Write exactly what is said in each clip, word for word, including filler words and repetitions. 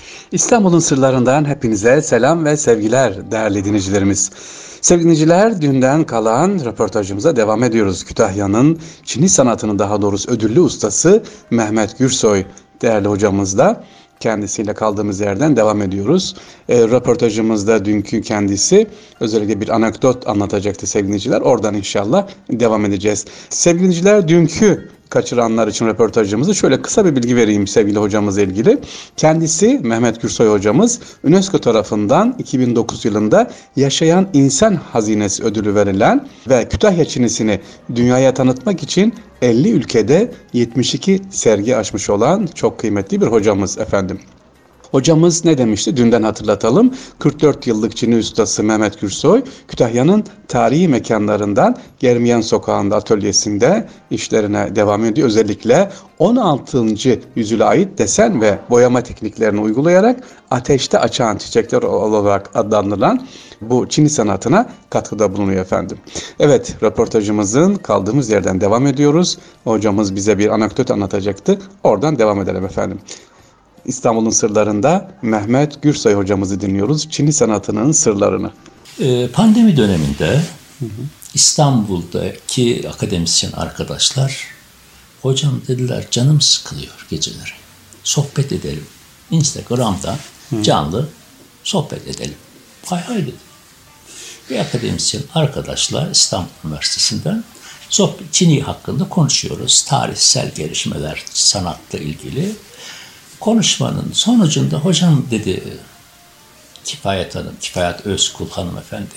İstanbul'un sırlarından hepinize selam ve sevgiler değerli dinleyicilerimiz. Sevgili dinleyiciler, dünden kalan röportajımıza devam ediyoruz. Kütahya'nın Çini sanatının daha doğrusu ödüllü ustası Mehmet Gürsoy değerli hocamızla. Kendisiyle kaldığımız yerden devam ediyoruz. E, röportajımızda dünkü kendisi özellikle bir anekdot anlatacaktı sevgili dinleyiciler. Oradan inşallah devam edeceğiz. Sevgili dinleyiciler, dünkü kaçıranlar için röportajımızı şöyle kısa bir bilgi vereyim sevgili hocamızla ilgili. Kendisi Mehmet Gürsoy hocamız UNESCO tarafından iki bin dokuz yılında Yaşayan İnsan Hazinesi ödülü verilen ve Kütahya Çinisini dünyaya tanıtmak için elli ülkede yetmiş iki sergi açmış olan çok kıymetli bir hocamız efendim. Hocamız ne demişti? Dünden hatırlatalım. kırk dört yıllık Çini ustası Mehmet Gürsoy, Kütahya'nın tarihi mekanlarından Germiyan Sokağı'nda atölyesinde işlerine devam ediyor. Özellikle on altıncı yüzyıla ait desen ve boyama tekniklerini uygulayarak ateşte açan çiçekler olarak adlandırılan bu Çini sanatına katkıda bulunuyor efendim. Evet, röportajımızın kaldığımız yerden devam ediyoruz. Hocamız bize bir anekdot anlatacaktı. Oradan devam edelim efendim. İstanbul'un sırlarında Mehmet Gürsoy hocamızı dinliyoruz. Çini sanatının sırlarını. Ee, pandemi döneminde hı hı. İstanbul'daki akademisyen arkadaşlar, hocam dediler canım sıkılıyor geceleri. Sohbet edelim. Instagram'da hı. canlı sohbet edelim. Hay hay dedi. Bir akademisyen arkadaşlar İstanbul Üniversitesi'nden sohbet, Çini hakkında konuşuyoruz. Tarihsel gelişmeler, sanatla ilgili. Konuşmanın sonucunda hocam dedi Kifayet Hanım, Kifayet Özkul hanımefendi,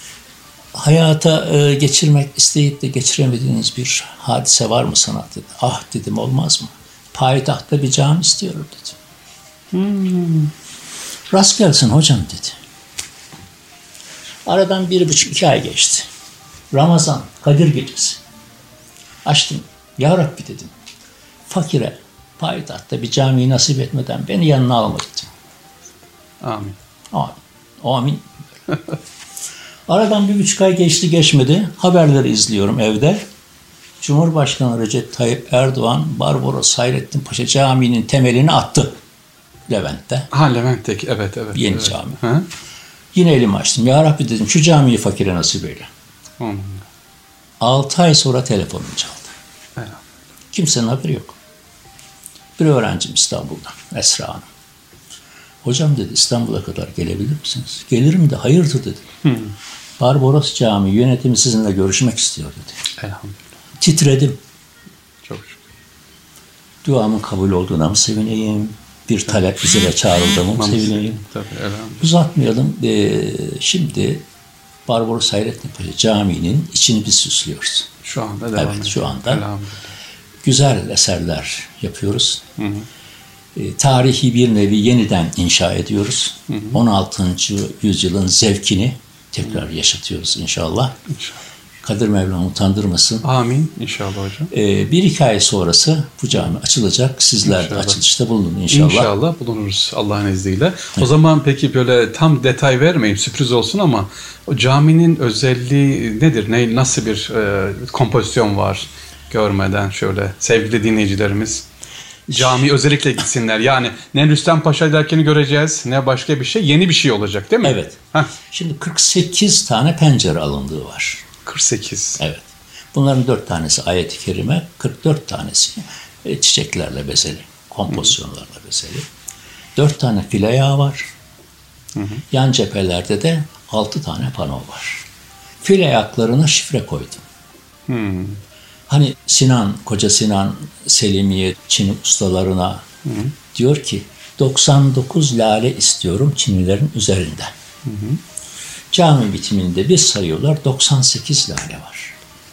hayata e, geçirmek isteyip de geçiremediğiniz bir hadise var mı sanat dedi. Ah dedim, olmaz mı? Payitahtta bir cami istiyorum dedim. Hmm. Rast gelsin hocam dedi. Aradan bir buçuk iki ay geçti. Ramazan, Kadir Gecesi. Açtım. Ya Rabbi dedim. Fakire payitahtta bir camiyi nasip etmeden beni yanına alma gittim. Amin. Amin. Amin. Aradan bir buçuk ay geçti geçmedi. Haberleri izliyorum evde. Cumhurbaşkanı Recep Tayyip Erdoğan Barbaros Hayrettin Paşa Camii'nin temelini attı. Levent'te. Ha Levent'teki evet evet. Yeni evet. cami. Ha? Yine elimi açtım. Ya Rabbi dedim şu camiyi fakire nasip eyle. Amin. Altı ay sonra telefonum çaldı. Evet. Kimsenin haberi yok. Bir öğrencim İstanbul'dan, Esra Hanım. Hocam dedi İstanbul'a kadar gelebilir misiniz? Gelirim de hayırdır dedi. Hmm. Barbaros Camii yönetimi sizinle görüşmek istiyor dedi. Elhamdülillah. Titredim. Çok şükür. Duamın kabul olduğuna mı sevineyim? Bir talep bize çağrıldığına mı sevineyim? Tabii, elhamdülillah. Uzatmayalım. Ee, şimdi Barbaros Hayrettin Paşa Camii'nin içini biz süslüyoruz. Şu anda devam ediyor. Evet, şu anda. Güzel eserler yapıyoruz. Hı hı. E, tarihi bir nevi yeniden inşa ediyoruz. Hı hı. on altıncı yüzyılın zevkini tekrar hı. yaşatıyoruz inşallah. İnşallah. Kadir Mevlam utandırmasın. Amin. İnşallah hocam. E, bir iki ay sonrası bu cami açılacak. Sizler İnşallah. de açılışta bulunun inşallah. İnşallah bulunuruz Allah'ın izniyle. Evet. O zaman peki böyle tam detay vermeyin, sürpriz olsun ama o caminin özelliği nedir? Ne, nasıl bir e, kompozisyon var? Görmeden şöyle sevgili dinleyicilerimiz cami özellikle gitsinler. Yani ne Rüstem Paşa derkeni göreceğiz ne başka bir şey. Yeni bir şey olacak değil mi? Evet. Heh. Şimdi kırk sekiz tane pencere alındığı var. kırk sekiz. Evet. Bunların dört tanesi ayet-i kerime, kırk dört tanesi çiçeklerle bezeli, kompozisyonlarla bezeli. dört tane file ayağı var. Hı hı. Yan cephelerde de altı tane pano var. File ayaklarına şifre koydum. Hı. Hani Sinan, Koca Sinan, Selimiye Çin ustalarına hı hı. diyor ki doksan dokuz lale istiyorum Çinlilerin üzerinden. Hı hı. Cami bitiminde bir sayıyorlar doksan sekiz lale var.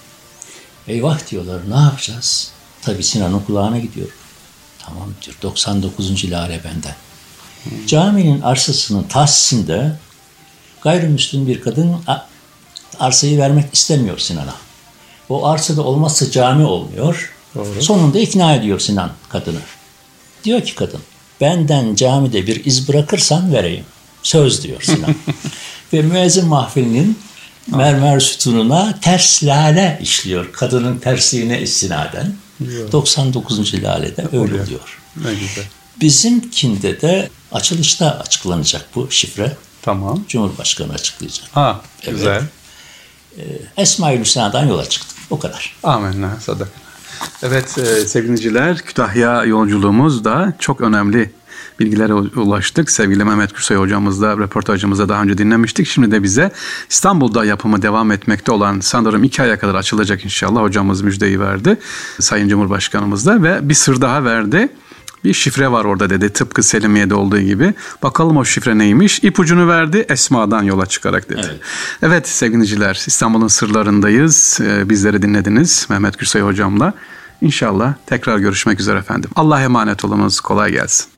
Eyvah diyorlar, ne yapacağız? Tabii Sinan'ın kulağına gidiyor. Tamam diyor, doksan dokuzuncu lale benden. Hı. Caminin arsasının tahsisinde gayrimüslim bir kadın arsayı vermek istemiyor Sinan'a. O arsada olmazsa cami olmuyor. Doğru. Sonunda ikna ediyor Sinan kadını. Diyor ki kadın, benden camide bir iz bırakırsan vereyim. Söz diyor Sinan. Ve müezzin mahfilinin mermer sütununa ters lale işliyor. Kadının tersliğine istinaden. doksan dokuzuncu lalede öyle oluyor. Ne güzel. Bizimkinde de Açılışta açıklanacak bu şifre. Tamam. Cumhurbaşkanı açıklayacak. Ha, Evet. güzel. Esma-ül Hüsna'dan yola çıktık. O kadar. Amenna sadak. Evet e, sevgili dinleyiciler, Kütahya yolculuğumuz da çok önemli bilgilere ulaştık. Sevgili Mehmet Gürsoy hocamızla röportajımızda daha önce dinlemiştik. Şimdi de bize İstanbul'da yapımı devam etmekte olan, sanırım iki aya kadar açılacak inşallah, hocamız müjdeyi verdi. Sayın Cumhurbaşkanımız da, ve bir sır daha verdi. Bir şifre var orada dedi, tıpkı Selimiye'de olduğu gibi. Bakalım o şifre neymiş? İpucunu verdi, Esma'dan yola çıkarak dedi. Evet, evet sevgili dinleyiciler, İstanbul'un sırlarındayız. Ee, bizleri dinlediniz Mehmet Gürsoy hocamla. İnşallah tekrar görüşmek üzere efendim. Allah'a emanet olunuz, kolay gelsin.